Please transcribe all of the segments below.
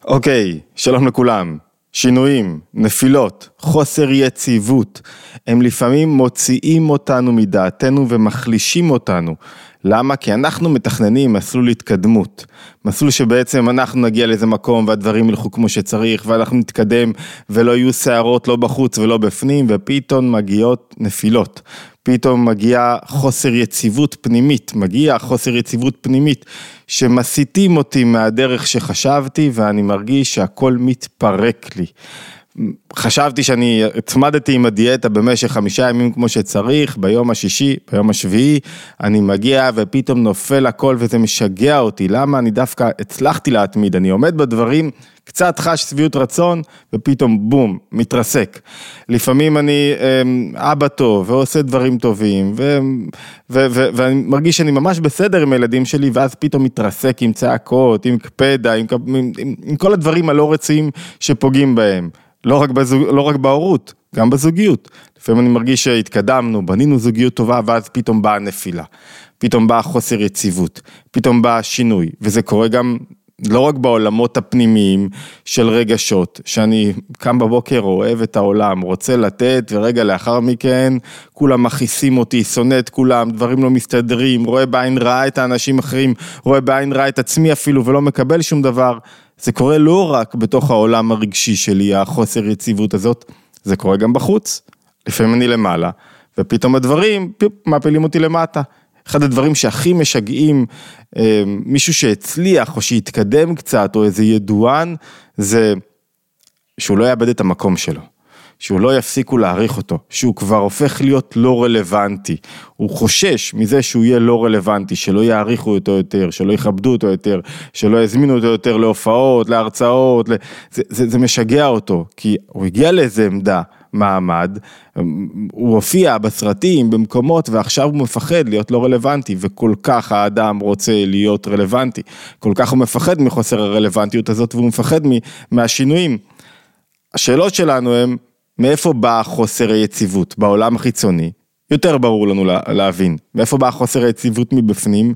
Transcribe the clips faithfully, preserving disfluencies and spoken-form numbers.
אוקיי, שלום לכולם. שינויים, נפילות, חוסר יציבות, הם לפעמים מוציאים אותנו מדעתנו ומחלישים אותנו. למה? כי אנחנו מתכננים מסלול התקדמות, מסלול שבעצם אנחנו נגיע לאיזה מקום והדברים ילכו כמו שצריך ואנחנו נתקדם ולא יהיו שערות לא בחוץ ולא בפנים, ופתאום מגיעות נפילות. פתאום מגיעה חוסר יציבות פנימית, מגיעה חוסר יציבות פנימית שמסיתים אותי מהדרך שחשבתי ואני מרגיש שהכל מתפרק לי. חשבתי שאני הצמדתי עם הדיאטה במשך חמישה ימים כמו שצריך, ביום השישי, ביום השביעי, אני מגיע ופתאום נופל הכל וזה משגע אותי. למה? אני דווקא הצלחתי להתמיד, אני עומד בדברים, קצת חש שביעות רצון ופתאום בום, מתרסק. לפעמים אני אבא טוב ועושה דברים טובים ו- ו- ו- ואני מרגיש שאני ממש בסדר עם הילדים שלי ואז פתאום מתרסק עם צעקות, עם קפדה, עם, עם, עם, עם כל הדברים הלא רצויים שפוגעים בהם. לא רק בזוג, לא רק בהורות, גם בזוגיות. לפעמים אני מרגיש שהתקדמנו, בנינו זוגיות טובה, ואז פתאום באה נפילה. פתאום באה חוסר יציבות, פתאום באה שינוי, וזה קורה גם לא רק בעולמות הפנימיים של רגשות, שאני קם בבוקר, אוהב את העולם, רוצה לתת, ורגע לאחר מכן, כולם מכיסים אותי, שונא את כולם, דברים לא מסתדרים, רואה בעין רעה את האנשים אחרים, רואה בעין רעה את עצמי אפילו, ולא מקבל שום דבר. זה קורה לא רק בתוך העולם הרגשי שלי, החוסר יציבות הזאת, זה קורה גם בחוץ. לפעמים אני למעלה, ופתאום הדברים, פיפ, מפילים אותי למטה. אחד הדברים שהכי משגעים, מישהו שהצליח או שהתקדם קצת, או איזה ידוען, זה שהוא לא יאבד את המקום שלו. שהוא לא יפסיקו להעריך אותו, שהוא כבר הופך להיות לא רלוונטי, הוא חושש מזה שהוא יהיה לא רלוונטי, שלא יעריכו אותו יותר, שלא יכבדו אותו יותר, שלא יזמינו אותו יותר להופעות, להרצאות, זה, זה, זה משגע אותו, כי הוא הגיע לאיזה עמדה, מעמד, הוא הופיע בסרטים, במקומות, ועכשיו הוא מפחד להיות לא רלוונטי, וכל כך האדם רוצה להיות רלוונטי, כל כך הוא מפחד מחוסר הרלוונטיות הזאת, והוא מפחד מהשינויים. השאלות שלנו הם, מאיפה באה חוסר היציבות בעולם החיצוני? יותר ברור לנו להבין. מאיפה באה חוסר היציבות מבפנים?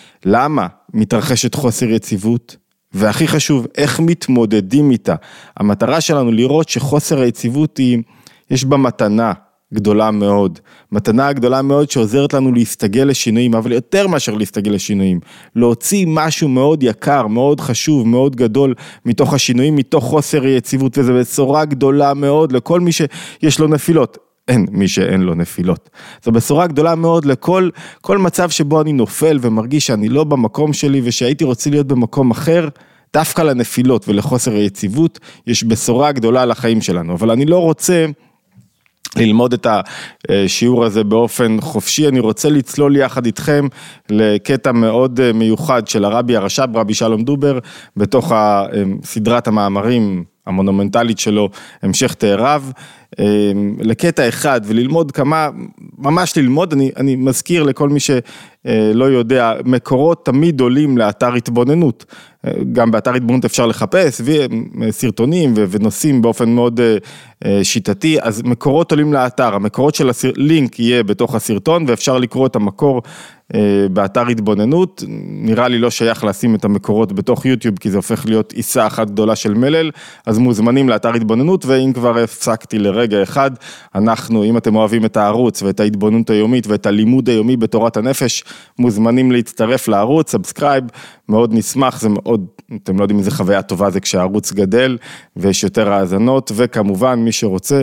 למה מתרחשת חוסר יציבות? והכי חשוב, איך מתמודדים איתה? המטרה שלנו לראות שחוסר היציבות היא, יש בה מתנה גדולה מאוד. מתנה גדולה מאוד שעוזרת לנו להסתגל לשינויים, אבל יותר מאשר להסתגל לשינויים. להוציא משהו מאוד יקר, מאוד חשוב, מאוד גדול מתוך השינויים, מתוך חוסר יציבות, וזו בשורה גדולה מאוד לכל מי שיש לו נפילות. אין מי שאין לו נפילות. זו בשורה גדולה מאוד לכל כל מצב שבו אני נופל ומרגיש שאני לא במקום שלי, ושהייתי רוצה להיות במקום אחר, דווקא לנפילות ולחוסר היציבות, יש בשורה גדולה לחיים שלנו. אבל אני לא רוצה ללמוד את השיעור הזה באופן חופשי, אני רוצה לצלול יחד איתכם לקטע מאוד מיוחד של הרבי הרש"ב, רבי שלום דובר, בתוך סדרת המאמרים המונומנטלית שלו, המשך תאריו, לקטע אחד וללמוד כמה, ממש ללמוד, אני, אני מזכיר לכל מי שלא יודע, מקורות תמיד עולים לאתר התבוננות, גם באתר התבוננות אפשר לחפש, סרטונים ונושאים באופן מאוד שיטתי, אז מקורות עולים לאתר, המקורות של הלינק יהיה בתוך הסרטון, ואפשר לקרוא את המקור באתר התבוננות, נראה לי לא שייך לשים את המקורות בתוך יוטיוב, כי זה הופך להיות עיסה אחת גדולה של מלל, אז מוזמנים לאתר התבוננות, ואם כבר הפסקתי לרגע אחד, אנחנו, אם אתם אוהבים את הערוץ, ואת ההתבוננות היומית, ואת הלימוד היומי בתורת הנפש, מוזמנים להצטרף לערוץ, סאבסקרייב, מאוד נשמח, זה מאוד, אתם לא יודעים איזה חוויה טובה זה כשהערוץ גדל, ויש יותר האזנות, וכמובן מי שרוצה,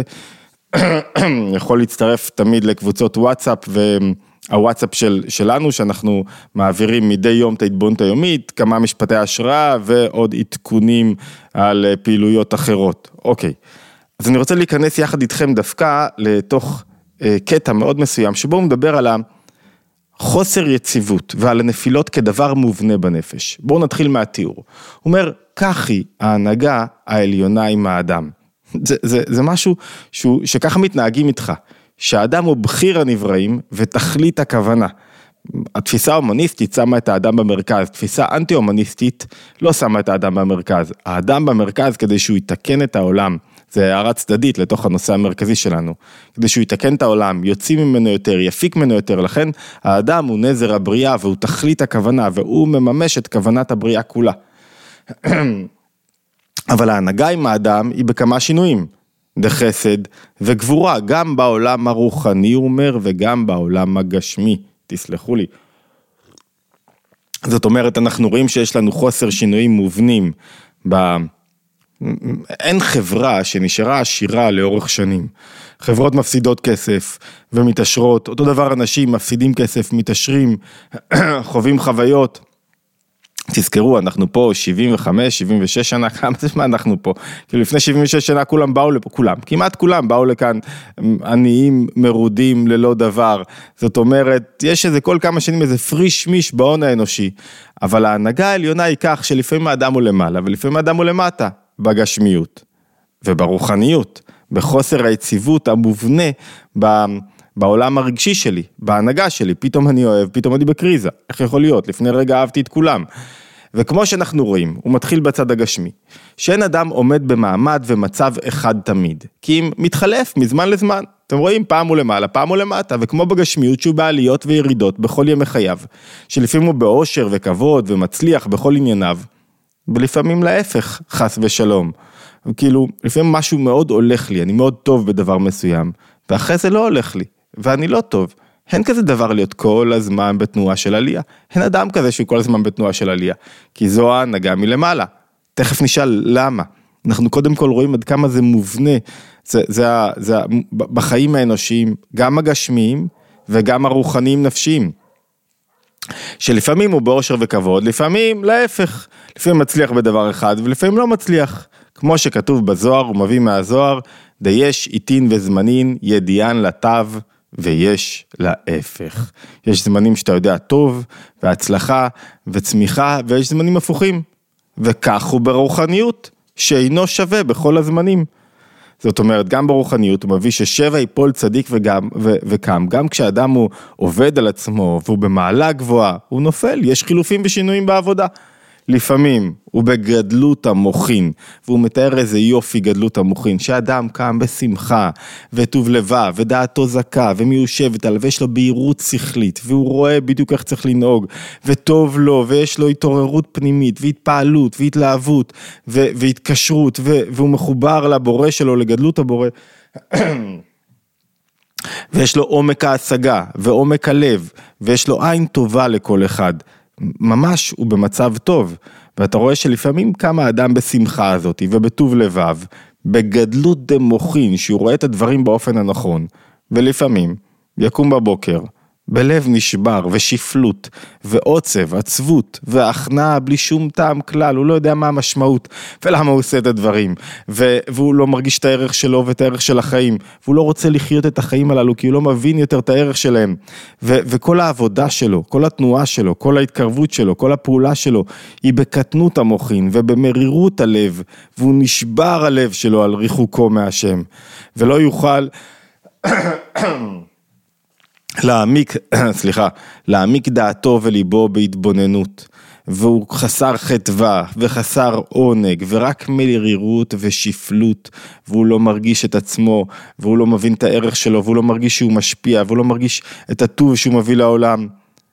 יכול להצטרף תמיד לקבוצות וואטסאפ, ו... הוואטסאפ של, שלנו, שאנחנו מעבירים מדי יום את ההתבוננות היומית, כמה משפטי השראה ועוד עדכונים על פעילויות אחרות. אוקיי, אז אני רוצה להיכנס יחד איתכם דווקא לתוך אה, קטע מאוד מסוים, שבו הוא מדבר על החוסר יציבות ועל הנפילות כדבר מובנה בנפש. בואו נתחיל מהתיאור. הוא אומר, כך היא ההנהגה העליונה עם האדם. זה, זה, זה משהו שהוא, שככה מתנהגים איתך. שהאדם הוא בחיר הנבראים ותכלית הכוונה. התפיסה ההומניסטית שמה את האדם במרכז, תפיסה אנטי-הומניסטית לא שמה את האדם במרכז. האדם במרכז כדי שהוא יתקן את העולם, זה הערה צדדית לתוך הנושא המרכזי שלנו, כדי שהוא יתקן את העולם, יוציא ממנו יותר, יפיק ממנו יותר, לכן האדם הוא נזר הבריאה והוא תכלית הכוונה, והוא מממש את כוונת הבריאה כולה. אבל ההנהגה עם האדם היא בכמה שינויים, דחסד וגבורה, גם בעולם הרוחני הוא אומר, וגם בעולם הגשמי, תסלחו לי. זאת אומרת, אנחנו רואים שיש לנו חוסר שינויים מובנים, ב... אין חברה שנשארה עשירה לאורך שנים. חברות מפסידות כסף ומתעשרות, אותו דבר אנשים מפסידים כסף, מתעשרים, חווים חוויות. תזכרו, אנחנו פה שבעים וחמש, שבעים ושש שנה, כמה זמן אנחנו פה? כאילו לפני שבעים ושש שנה כולם באו לפה, כולם, כמעט כולם באו לכאן עניים, מרודים, ללא דבר. זאת אומרת, יש איזה כל כמה שנים איזה פריש מיש בהון האנושי, אבל ההנהגה העליונה היא כך שלפעמים האדם הוא למעלה, ולפעמים האדם הוא למטה, בגשמיות וברוחניות, בחוסר היציבות המובנה ב... בעולם הרגשי שלי, בהנהגה שלי, פתאום אני אוהב, פתאום אני בקריזה, איך יכול להיות? לפני רגע אהבתי את כולם. וכמו שאנחנו רואים, הוא מתחיל בצד הגשמי, שאין אדם עומד במעמד ומצב אחד תמיד, כי אם מתחלף מזמן לזמן, אתם רואים פעם הוא למעלה, פעם הוא למטה, וכמו בגשמיות שהוא בעליות וירידות בכל ימי חייו, שלפעמים הוא באושר וכבוד ומצליח בכל ענייניו, ולפעמים להפך, חס ושלום. כאילו, לפעמים משהו מאוד הולך לי, אני מאוד טוב בדבר מסוים, ואחרי זה לא הולך לי, ואני לא טוב. אין כזה דבר להיות כל הזמן בתנועה של עלייה. אין אדם כזה שהוא כל הזמן בתנועה של עלייה, כי זו ההנהגה מלמעלה. תכף נשאל למה. אנחנו קודם כל רואים עד כמה זה מובנה, זה, זה, זה, בחיים האנושיים, גם הגשמיים וגם הרוחניים נפשיים. שלפעמים הוא באושר וכבוד, לפעמים להפך, לפעמים מצליח בדבר אחד ולפעמים לא מצליח. כמו שכתוב בזוהר, הוא מביא מהזוהר, דיש עיתין וזמנין, ידיען לטב ויש להפך. יש זמנים שאתה יודע טוב, והצלחה וצמיחה, ויש זמנים הפוכים. וכך הוא ברוחניות, שאינו שווה בכל הזמנים. זאת אומרת, גם ברוחניות הוא מביא ששבע יפול צדיק וגם, ו, וקם. גם כשאדם הוא עובד על עצמו, והוא במעלה גבוהה, הוא נופל, יש חילופים ושינויים בעבודה. לפעמים הוא בגדלות המוחין, והוא מתאר איזה יופי גדלות המוחין, שאדם קם בשמחה, וטוב לבב, ודעתו זכה, ומיושבת עליו, ויש לו בהירות שכלית, והוא רואה בדיוק איך צריך לנהוג, וטוב לו, ויש לו התעוררות פנימית, והתפעלות, והתלהבות, ו- והתקשרות, ו- והוא מחובר לבורא שלו, לגדלות הבורא, ויש לו עומק ההשגה, ועומק הלב, ויש לו עין טובה לכל אחד, ממש הוא במצב טוב, ואתה רואה שלפעמים כמה אדם בשמחה הזאת, ובטוב לבב, בגדלות דמוחין, שהוא רואה את הדברים באופן הנכון, ולפעמים יקום בבוקר, בלב נשבר ושפלות, ועוצב, עצבות, והכנעה בלי שום טעם כלל, הוא לא יודע מה המשמעות, ולמה הוא עושה את הדברים, ו- והוא לא מרגיש את הערך שלו ואת הערך של החיים, והוא לא רוצה לחיות את החיים הללו, כי הוא לא מבין יותר את הערך שלהם, ו- וכל העבודה שלו, כל התנועה שלו, כל ההתקרבות שלו, כל הפעולה שלו, היא בקטנות המוחין, ובמרירות הלב, והוא נשבר הלב שלו על ריחוקו מהשם, ולא יוכל להעמיק, סליחה, להעמיק דעתו וליבו בהתבוננות, והוא חסר חטבה וחסר עונג, ורק מרירות ושפלות, והוא לא מרגיש את עצמו, והוא לא מבין את הערך שלו, והוא לא מרגיש שהוא משפיע, והוא לא מרגיש את הטוב שהוא מביא לעולם.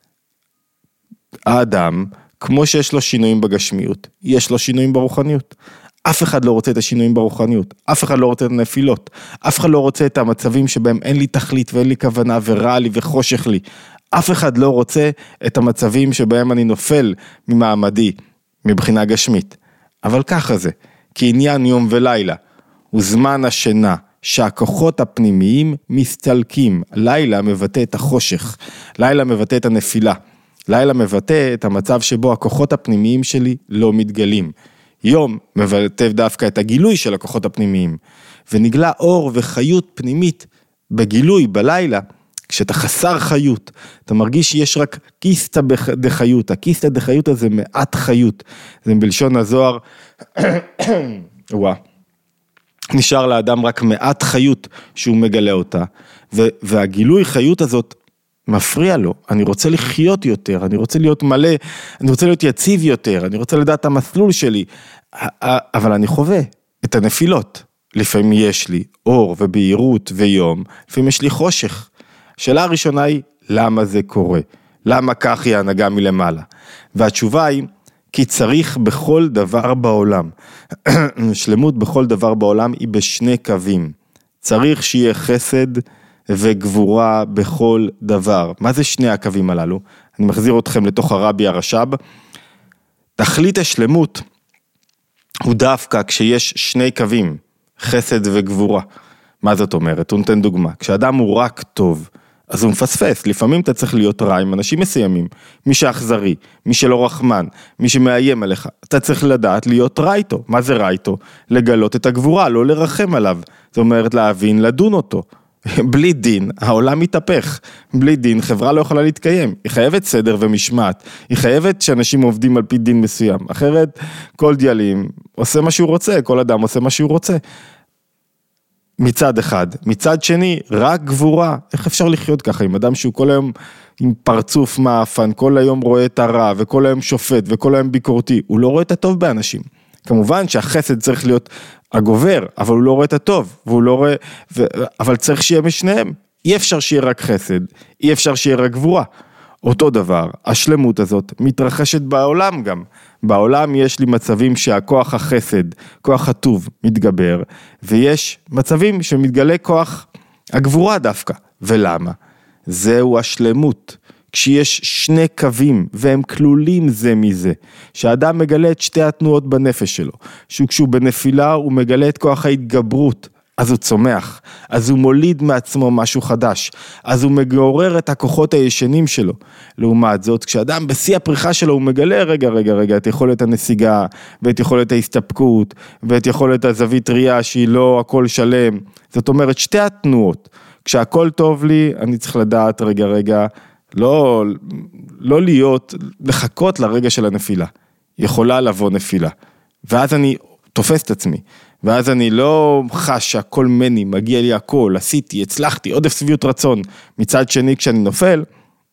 האדם, כמו שיש לו שינויים בגשמיות, יש לו שינויים ברוחניות. אף אחד לא רוצה את השינויים ברוחניות, אף אחד לא רוצה את הנפילות, אף אחד לא רוצה את המצבים שבהם אין לי תכלית ואין לי כוונה ורע לי וחושך לי, אף אחד לא רוצה את המצבים שבהם אני נופל ממעמדי, מבחינה גשמית, אבל ככה זה, כי עניין יום ולילה, הוא זמן השינה, שהכוחות הפנימיים מסתלקים, לילה מבטא את החושך, לילה מבטא את הנפילה, לילה מבטא את המצב שבו הכוחות הפנימיים שלי לא מתגלים, יום מבטא דווקא את הגילוי של הכוחות הפנימיים, ונגלה אור וחיות פנימית בגילוי בלילה, כשאתה חסר חיות, אתה מרגיש שיש רק כיסתא דחיות, הכיסתא דחיות הזה מעט חיות, זה בלשון הזוהר, וואה, נשאר לאדם רק מעט חיות שהוא מגלה אותה, והגילוי חיות הזאת מפריע לו, אני רוצה לחיות יותר, אני רוצה להיות מלא, אני רוצה להיות יציב יותר, אני רוצה לדעת את המסלול שלי, אבל אני חווה את הנפילות, לפעמים יש לי אור ובהירות ויום, לפעמים יש לי חושך. השאלה הראשונה היא, למה זה קורה? למה כך היא ההנהגה מלמעלה? והתשובה היא, כי צריך בכל דבר בעולם. שלמות בכל דבר בעולם היא בשני קווים. צריך שיהיה חסד וגבורה בכל דבר. מה זה שני הקווים הללו? אני מחזיר אתכם לתוך הרבי הרש"ב. תכלית השלמות הוא דווקא כשיש שני קווים, חסד וגבורה. מה זאת אומרת? הוא נותן דוגמה. כשאדם הוא רק טוב, אז הוא מפספס. לפעמים אתה צריך להיות רע עם אנשים מסוימים. מי שאכזרי, מי שלא רחמן, מי שמאיים עליך. אתה צריך לדעת להיות רע איתו. מה זה רע איתו? לגלות את הגבורה, לא לרחם עליו. זאת אומרת להבין, לדון אותו. בלי דין, העולם מתהפך. בלי דין, חברה לא יכולה להתקיים. היא חייבת סדר ומשמעת. היא חייבת שאנשים עובדים על פי דין מסוים. אחרת, כל דיאלים עושה מה שהוא רוצה, כל אדם עושה מה שהוא רוצה. מצד אחד. מצד שני, רק גבורה. איך אפשר לחיות ככה עם אדם שהוא כל היום עם פרצוף מאפן, כל היום רואה את הרע, וכל היום שופט, וכל היום ביקורתי. הוא לא רואה את הטוב באנשים. כמובן שהחסד צריך להיות הגובר, אבל הוא לא רואה את הטוב, והוא לא רואה, ו... אבל צריך שיהיה משניהם. אי אפשר שיהיה רק חסד, אי אפשר שיהיה רק גבורה. אותו דבר, השלמות הזאת מתרחשת בעולם גם. בעולם יש לי מצבים שהכוח החסד, כוח הטוב מתגבר, ויש מצבים שמתגלה כוח הגבורה דווקא. ולמה? זהו השלמות. כשיש שני קווים והם כלולים זה מזה, שהאדם מגלה את שתי התנועות בנפש שלו, שכשהוא בנפילה הוא מגלה את כוח ההתגברות, אז הוא צומח, אז הוא מוליד מעצמו משהו חדש, אז הוא מגורר את הכוחות הישנים שלו. לעומת זאת, כשאדם בשיא הפריחה שלו הוא מגלה רגע, רגע, רגע, את יכולת הנסיגה, ואת יכולת ההסתפקות, ואת יכולת הזווית ראייה שהיא לא הכל שלם. זאת אומרת, שתי התנועות, כשהכל טוב לי, אני צריך לדעת רגע, רגע, לא, לא להיות, לחכות לרגע של הנפילה. יכולה לבוא נפילה. ואז אני תופס את עצמי. ואז אני לא חש שהכל מני, מגיע לי הכל, עשיתי, הצלחתי, עודף סביעות רצון. מצד שני, כשאני נופל,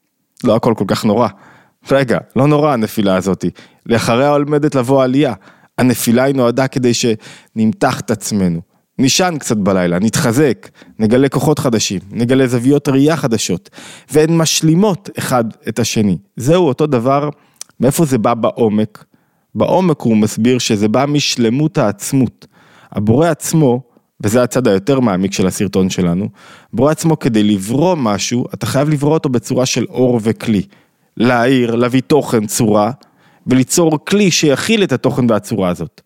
לא הכל כל כך נורא. רגע, לא נורא הנפילה הזאת. לאחריה עומדת לבוא עלייה. הנפילה היא נועדה כדי שנמתח את עצמנו. נשען קצת בלילה, נתחזק, נגלה כוחות חדשים, נגלה זוויות ראייה חדשות, והן משלימות אחד את השני. זהו אותו דבר, מאיפה זה בא בעומק? בעומק הוא מסביר שזה בא משלמות העצמות. הבורא עצמו, וזה הצד היותר מעמיק של הסרטון שלנו, הבורא עצמו כדי לברוא משהו, אתה חייב לברוא אותו בצורה של אור וכלי. להעיר, להביא תוכן, צורה, וליצור כלי שיכיל את התוכן והצורה הזאת.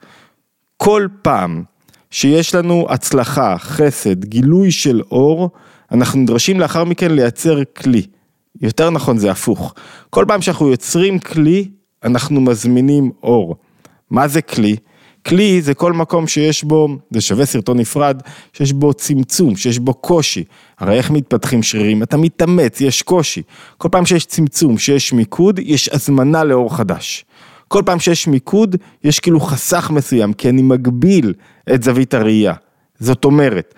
כל פעם שיש לנו הצלחה, חסד, גילוי של אור, אנחנו נדרשים לאחר מכן לייצר כלי. יותר נכון זה הפוך. כל פעם שאנחנו יוצרים כלי, אנחנו מזמינים אור. מה זה כלי? כלי זה כל מקום שיש בו, זה שווה סרטון נפרד, שיש בו צמצום, שיש בו קושי. הרי איך מתפתחים שרירים? אתה מתאמץ, יש קושי. כל פעם שיש צמצום, שיש מיקוד, יש הזמנה לאור חדש. כל פעם שיש מיקוד, יש כאילו חסך מסוים, כי אני מגביל את זווית הראייה. זאת אומרת,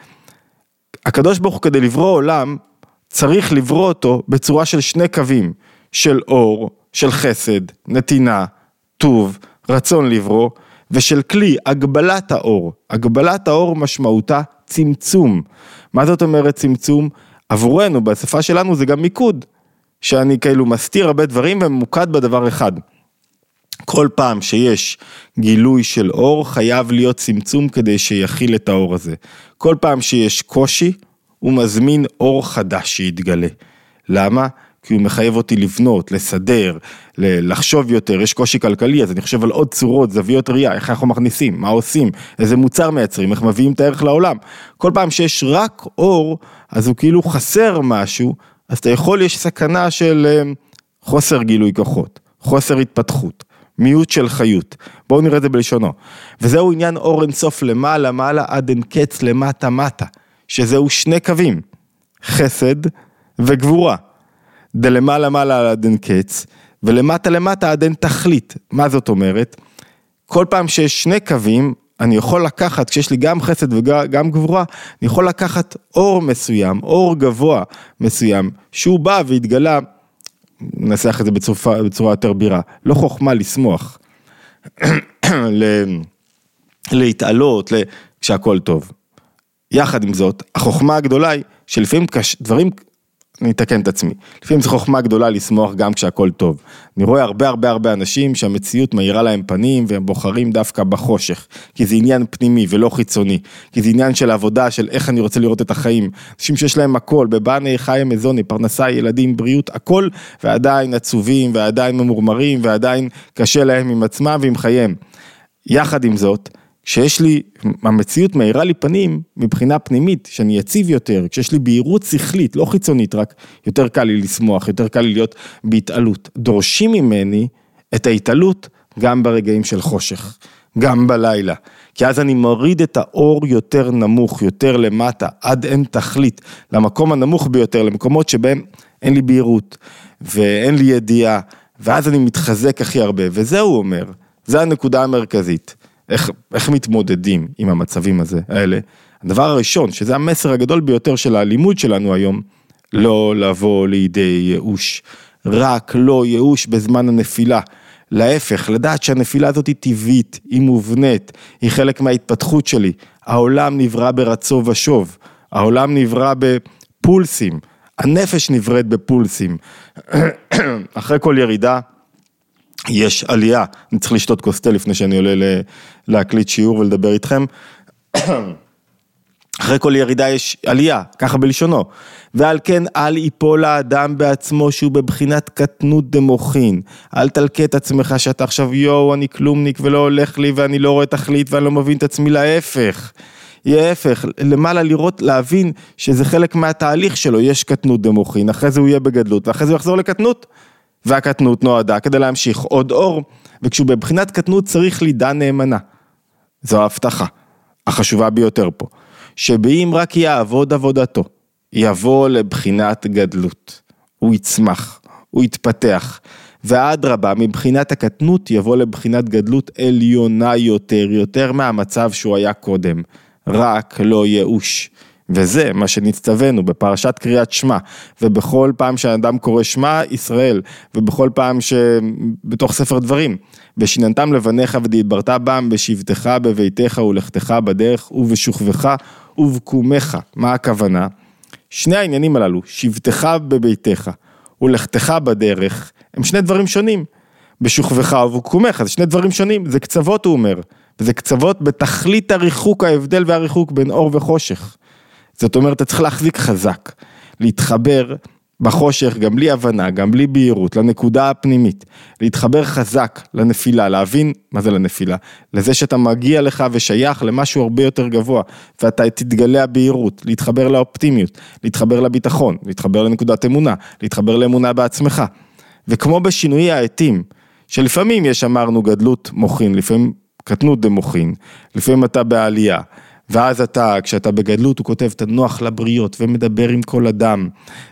הקדוש ברוך הוא כדי לברוא עולם, צריך לברוא אותו בצורה של שני קווים, של אור, של חסד, נתינה, טוב, רצון לברוא, ושל כלי, הגבלת האור. הגבלת האור משמעותה צמצום. מה זאת אומרת צמצום? עבורנו, בשפה שלנו זה גם מיקוד, שאני כאילו מסתיר הרבה דברים וממוקד בדבר אחד. כל פעם שיש גילוי של אור, חייב להיות צמצום כדי שיכיל את האור הזה. כל פעם שיש קושי, הוא מזמין אור חדש שיתגלה. למה? כי הוא מחייב אותי לבנות, לסדר, לחשוב יותר, יש קושי כלכלי, אז אני חושב על עוד צורות, זוויות ראייה, איך אנחנו מכניסים, מה עושים, איזה מוצר מייצרים, איך מביאים את הערך לעולם. כל פעם שיש רק אור, אז הוא כאילו חסר משהו, אז אתה יכול, יש סכנה של חוסר גילוי כוחות, חוסר התפתחות, מיעוט של חיות. בואו נראה את זה בלשונו. וזהו עניין אור אינסוף למעלה, מעלה עד אין קץ למטה מטה, שזהו שני קווים, חסד וגבורה. דלמעלה מעלה עד אין קץ, ולמטה למטה עד אין תכלית. מה זאת אומרת? כל פעם שיש שני קווים, אני יכול לקחת, כשיש לי גם חסד וגם גבורה, אני יכול לקחת אור מסוים, אור גבוה מסוים, שהוא בא והתגלה, ננסח את זה בצורה, בצורה יותר בירה, לא חוכמה לשמוח, להתעלות, כשהכל טוב. יחד עם זאת, החוכמה הגדולה היא, שלפעמים קש, דברים אני אתקן את עצמי. לפעמים זו חוכמה גדולה לשמוח גם כשהכל טוב. אני רואה הרבה הרבה הרבה אנשים שהמציאות מאירה להם פנים, והם בוחרים דווקא בחושך. כי זה עניין פנימי ולא חיצוני. כי זה עניין של עבודה, של איך אני רוצה לראות את החיים. אנשים שיש להם הכל, בבני חיים מזוני, פרנסה, ילדים, בריאות, הכל, ועדיין עצובים, ועדיין ממורמרים, ועדיין קשה להם עם עצמם ועם חייהם. יחד עם זאת, כשיש לי, המציאות מאירה לי פנים מבחינה פנימית, שאני יציב יותר, כשיש לי בהירות שכלית, לא חיצונית רק, יותר קל לי לשמוח, יותר קל לי להיות בהתעלות. דורשים ממני את ההתעלות גם ברגעים של חושך, גם בלילה. כי אז אני מוריד את האור יותר נמוך, יותר למטה, עד אין תכלית, למקום הנמוך ביותר, למקומות שבהם אין לי בהירות, ואין לי ידיעה, ואז אני מתחזק הכי הרבה, וזה הוא אומר, זה הנקודה המרכזית. איך, איך מתמודדים עם המצבים הזה, האלה? הדבר הראשון, שזה המסר הגדול ביותר של הלימוד שלנו היום, לא לבוא לידי ייאוש, רק לא ייאוש בזמן הנפילה, להפך, לדעת שהנפילה הזאת היא טבעית, היא מובנית, היא חלק מההתפתחות שלי, העולם נברא ברצו ושוב, העולם נברא בפולסים, הנפש נבראת בפולסים, אחרי כל ירידה, יש עלייה, אני צריך לשתות קוסטה לפני שאני עולה להקליט שיעור ולדבר איתכם, אחרי כל ירידה יש עלייה, ככה בלשונו, ועל כן אל יפול האדם בעצמו שהוא בבחינת קטנות דמוחין, אל תלקה את עצמך שאתה עכשיו יואו אני כלומניק ולא הולך לי ואני לא רואה תכלית ואני לא מבין את עצמי, להפך, להפך, למעלה לראות, להבין שזה חלק מהתהליך שלו, יש קטנות דמוחין, אחרי זה הוא יהיה בגדלות ואחרי זה הוא יחזור לקטנות, והקטנות נועדה כדי להמשיך עוד אור, וכשהוא בבחינת קטנות צריך לידה נאמנה. זו ההבטחה, החשובה ביותר פה, שבאם רק יעבוד עבודתו, יבוא לבחינת גדלות, הוא יצמח, הוא יתפתח, והאדרבה מבחינת הקטנות יבוא לבחינת גדלות עליונה יותר, יותר מהמצב שהוא היה קודם, רק לא ייאוש. וזה מה שנצטווינו בפרשת קריאת שמע, ובכל פעם שהאדם קורא שמע ישראל, ובכל פעם שבתוך ספר דברים, ושיננתם לבניך ודיברת בם בשבתך בביתך ולכתך בדרך ובשוכבך ובקומך. מה הכוונה? שני העניינים הללו, שבתך בביתך ולכתך בדרך, הם שני דברים שונים. בשוכבך ובקומך, זה שני דברים שונים, זה קצוות הוא אומר, וזה קצוות בתכלית הריחוק, ההבדל והריחוק בין אור וחושך. זאת אומרת, אתה צריך להחזיק חזק, להתחבר בחושך, גם בלי הבנה, גם בלי בהירות, לנקודה הפנימית, להתחבר חזק לנפילה, להבין מה זה לנפילה, לזה שאתה מגיע לך ושייך למשהו הרבה יותר גבוה, ואתה תתגלה הבהירות, להתחבר לאופטימיות, להתחבר לביטחון, להתחבר לנקודת אמונה, להתחבר לאמונה בעצמך, וכמו בשינוי העתים, שלפעמים יש אמרנו גדלות מוחין, לפעמים קטנות דמוחין, לפעמים אתה בעלייה, ואז אתה, כשאתה בגדלות, הוא כותב, אתה נוח לבריות, ומדבר עם כל אדם,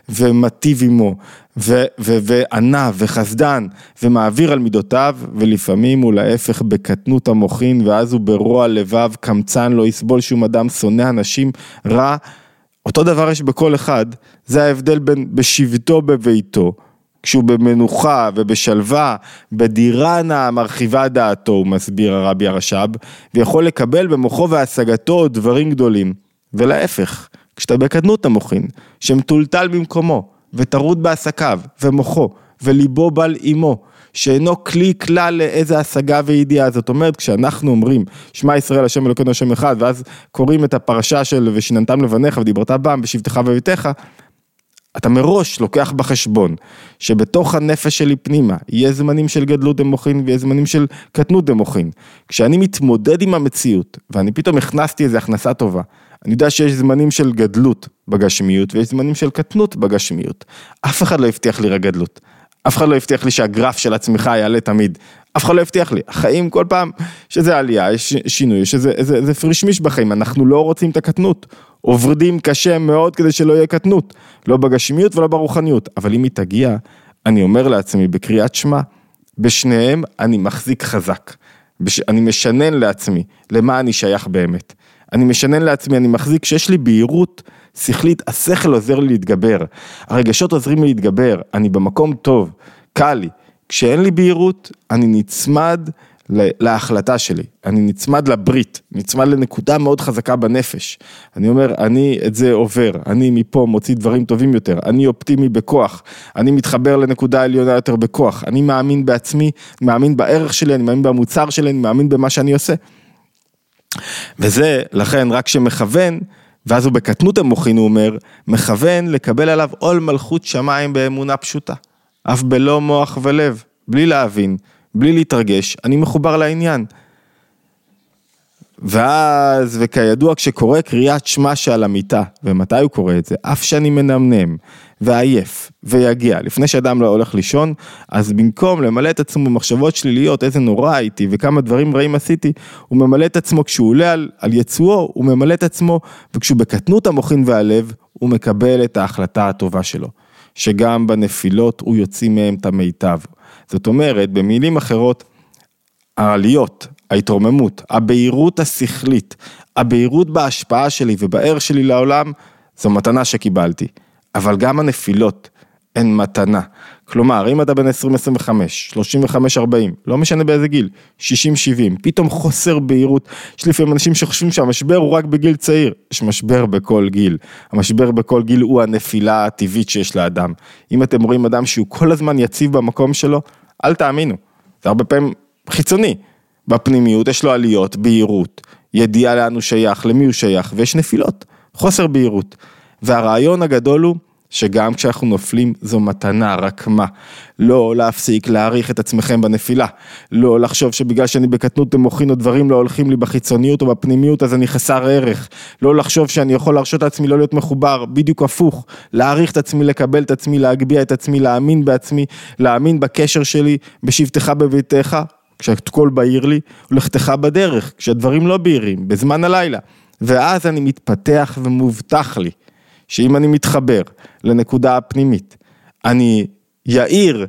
ומטיב עמו, ו- ו- וענה, וחסדן, ומעביר על מידותיו, ולפעמים הוא להפך בקטנות המוחין, ואז הוא ברוע לבב, קמצן, לא יסבול שום אדם, שונא אנשים, רע. אותו דבר יש בכל אחד, זה ההבדל בין בשבתו בביתו, כשהוא במנוחה ובשלווה, בדירה נאה מרחיבה דעתו, הוא מסביר הרבי הרש"ב, ויכול לקבל במוחו והשגתו דברים גדולים. ולהפך, כשאתה בקטנות המוחין, שמטולטל במקומו, וטרוד בעסקיו, ומוחו, וליבו בל אימו, שאינו כלי כלל לאיזה השגה וידיעה. זאת אומרת, כשאנחנו אומרים, שמע ישראל השם אלוקינו השם אחד, ואז קוראים את הפרשה של ושיננתם לבניך ודיברת בם בשבתך בביתך, אתה מראש לוקח בחשבון שבתוך הנפש שלי פנימה יהיה זמנים של גדלות דמוחין ויהיה זמנים של קטנות דמוחין. כשאני מתמודד עם המציאות ואני פתאום הכנסתי איזו הכנסה טובה, אני יודע שיש זמנים של גדלות בגשמיות ויש זמנים של קטנות בגשמיות. אף אחד לא הבטיח לי רק גדלות, אף אחד לא הבטיח לי שהגרף של הצמיחה יעלה תמיד, אף אחד לא הבטיח לי. החיים כל פעם שזה עלייה, יש שינוי, יש איזה, איזה, איזה פרישמיש בחיים, אנחנו לא רוצים את הקטנות, עובדים קשה מאוד כדי שלא יהיה קטנות, לא בגשמיות ולא ברוחניות, אבל אם היא תגיע, אני אומר לעצמי בקריאת שמע, בשניהם אני מחזיק חזק, אני משנן לעצמי למה אני שייך באמת, אני משנן לעצמי, אני מחזיק שיש לי בהירות שכלית, השכל עוזר לי להתגבר, הרגשות עוזרים לי להתגבר, אני במקום טוב, קל לי, כשאין לי בהירות, אני נצמד להחלטה שלי, אני נצמד לברית, נצמד לנקודה מאוד חזקה בנפש, אני אומר, אני את זה עובר, אני מפה מוציא דברים טובים יותר, אני אופטימי בכוח, אני מתחבר לנקודה עליונה יותר בכוח, אני מאמין בעצמי, מאמין בערך שלי, אני מאמין במוצר שלי, אני מאמין במה שאני עושה, וזה לכן רק שמכוון, ואז הוא בקטנות המוחין הוא אומר, מכוון לקבל עליו עול מלכות שמיים באמונה פשוטה, אף בלא מוח ולב, בלי להבין, בלי להתרגש, אני מחובר לעניין. ואז, וכידוע, כשקורא קריאת שמע שעל המיטה, ומתי הוא קורא את זה? אף שאני מנמנם, ועייף, ויגיע. לפני שאדם לא הולך לישון, אז במקום למלא את עצמו במחשבות שליליות, איזה נורא הייתי, וכמה דברים רעים עשיתי, הוא ממלא את עצמו, כשהוא עולה על, על יצואו, הוא ממלא את עצמו, וכשהוא בקטנות המוחין והלב, הוא מקבל את ההחלטה הטובה שלו. שגם בנפילות הוא יוציא מהם את המיטב. זאת אומרת, במילים אחרות, העליות, ההתרוממות, הבהירות השכלית, הבהירות בהשפעה שלי ובערך שלי לעולם, זו מתנה שקיבלתי. אבל גם הנפילות הן מתנה. כלומר, אם אתה בן עשרים עשרים וחמש, שלושים וחמש ארבעים, לא משנה באיזה גיל, שישים שבעים, פתאום חוסר בהירות, יש לפעמים אנשים שחושבים שהמשבר הוא רק בגיל צעיר, יש משבר בכל גיל, המשבר בכל גיל הוא הנפילה הטבעית שיש לאדם. אם אתם רואים אדם שהוא כל הזמן יציב במקום שלו, אל תאמינו, זה הרבה פעמים חיצוני, בפנימיות יש לו עליות, בהירות, ידיעה לאן הוא שייך, למי הוא שייך, ויש נפילות, חוסר בהירות, והרעיון הגדול הוא, שגם כשאנחנו נופלים זו מתנה, רק מה, לא להפסיק להעריך את עצמכם בנפילה, לא לחשוב שבגלל שאני בקטנות מוחין או דברים לא הולכים לי בחיצוניות או בפנימיות, אז אני חסר ערך, לא לחשוב שאני יכול להרשות את עצמי לא להיות מחובר, בדיוק הפוך, להעריך את עצמי, לקבל את עצמי, להגביה את עצמי, להאמין בעצמי, להאמין בקשר שלי, בשבתך בביתך, כשהכל בהיר לי, ולכתך בדרך, כשהדברים לא בהירים, בזמן הלילה, ואז אני מתפתח ומובטח לי, שאם אני מתחבר לנקודה הפנימית, אני יאיר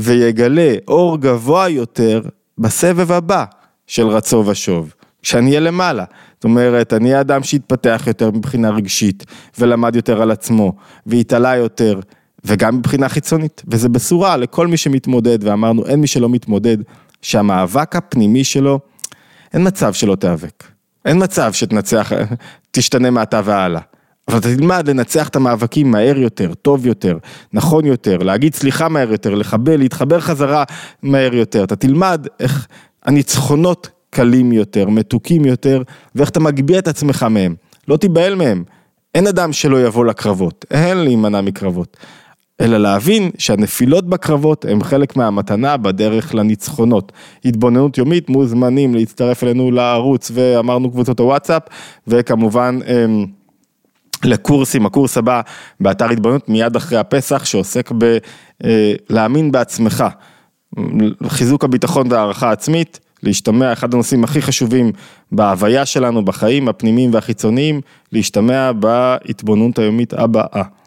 ויגלה אור גבוה יותר בסבב הבא של רצו ושוב, כשאני אהיה למעלה. זאת אומרת, אני האדם שהתפתח יותר מבחינה רגשית, ולמד יותר על עצמו, והתעלה יותר, וגם מבחינה חיצונית. וזה בסורה לכל מי שמתמודד, ואמרנו, אין מי שלא מתמודד, שהמאבק הפנימי שלו, אין מצב שלא תיאבק. אין מצב שתנצח, תשתנה מעתה והלאה. אבל אתה תלמד לנצח את המאבקים מהר יותר, טוב יותר, נכון יותר, להגיד סליחה מהר יותר, לחבל, להתחבר חזרה מהר יותר. אתה תלמד איך הניצחונות קלים יותר, מתוקים יותר, ואיך אתה מגביה את עצמך מהם. לא תיבהל מהם. אין אדם שלא יבוא לקרבות, אין להימנע מקרבות. אלא להבין שהנפילות בקרבות הם חלק מהמתנה בדרך לניצחונות. התבוננות יומית, מוזמנים להצטרף אלינו לערוץ, ואמרנו קבוצות הוואטסאפ, וכמובן לקורסים, הקורס הבא באתר התבוננות מיד אחרי הפסח, שעוסק בלהאמין בעצמך, חיזוק הביטחון והערכה עצמית, להשתמע, אחד הנושאים הכי חשובים בהוויה שלנו, בחיים הפנימיים והחיצוניים, להשתמע בהתבוננות היומית הבאה.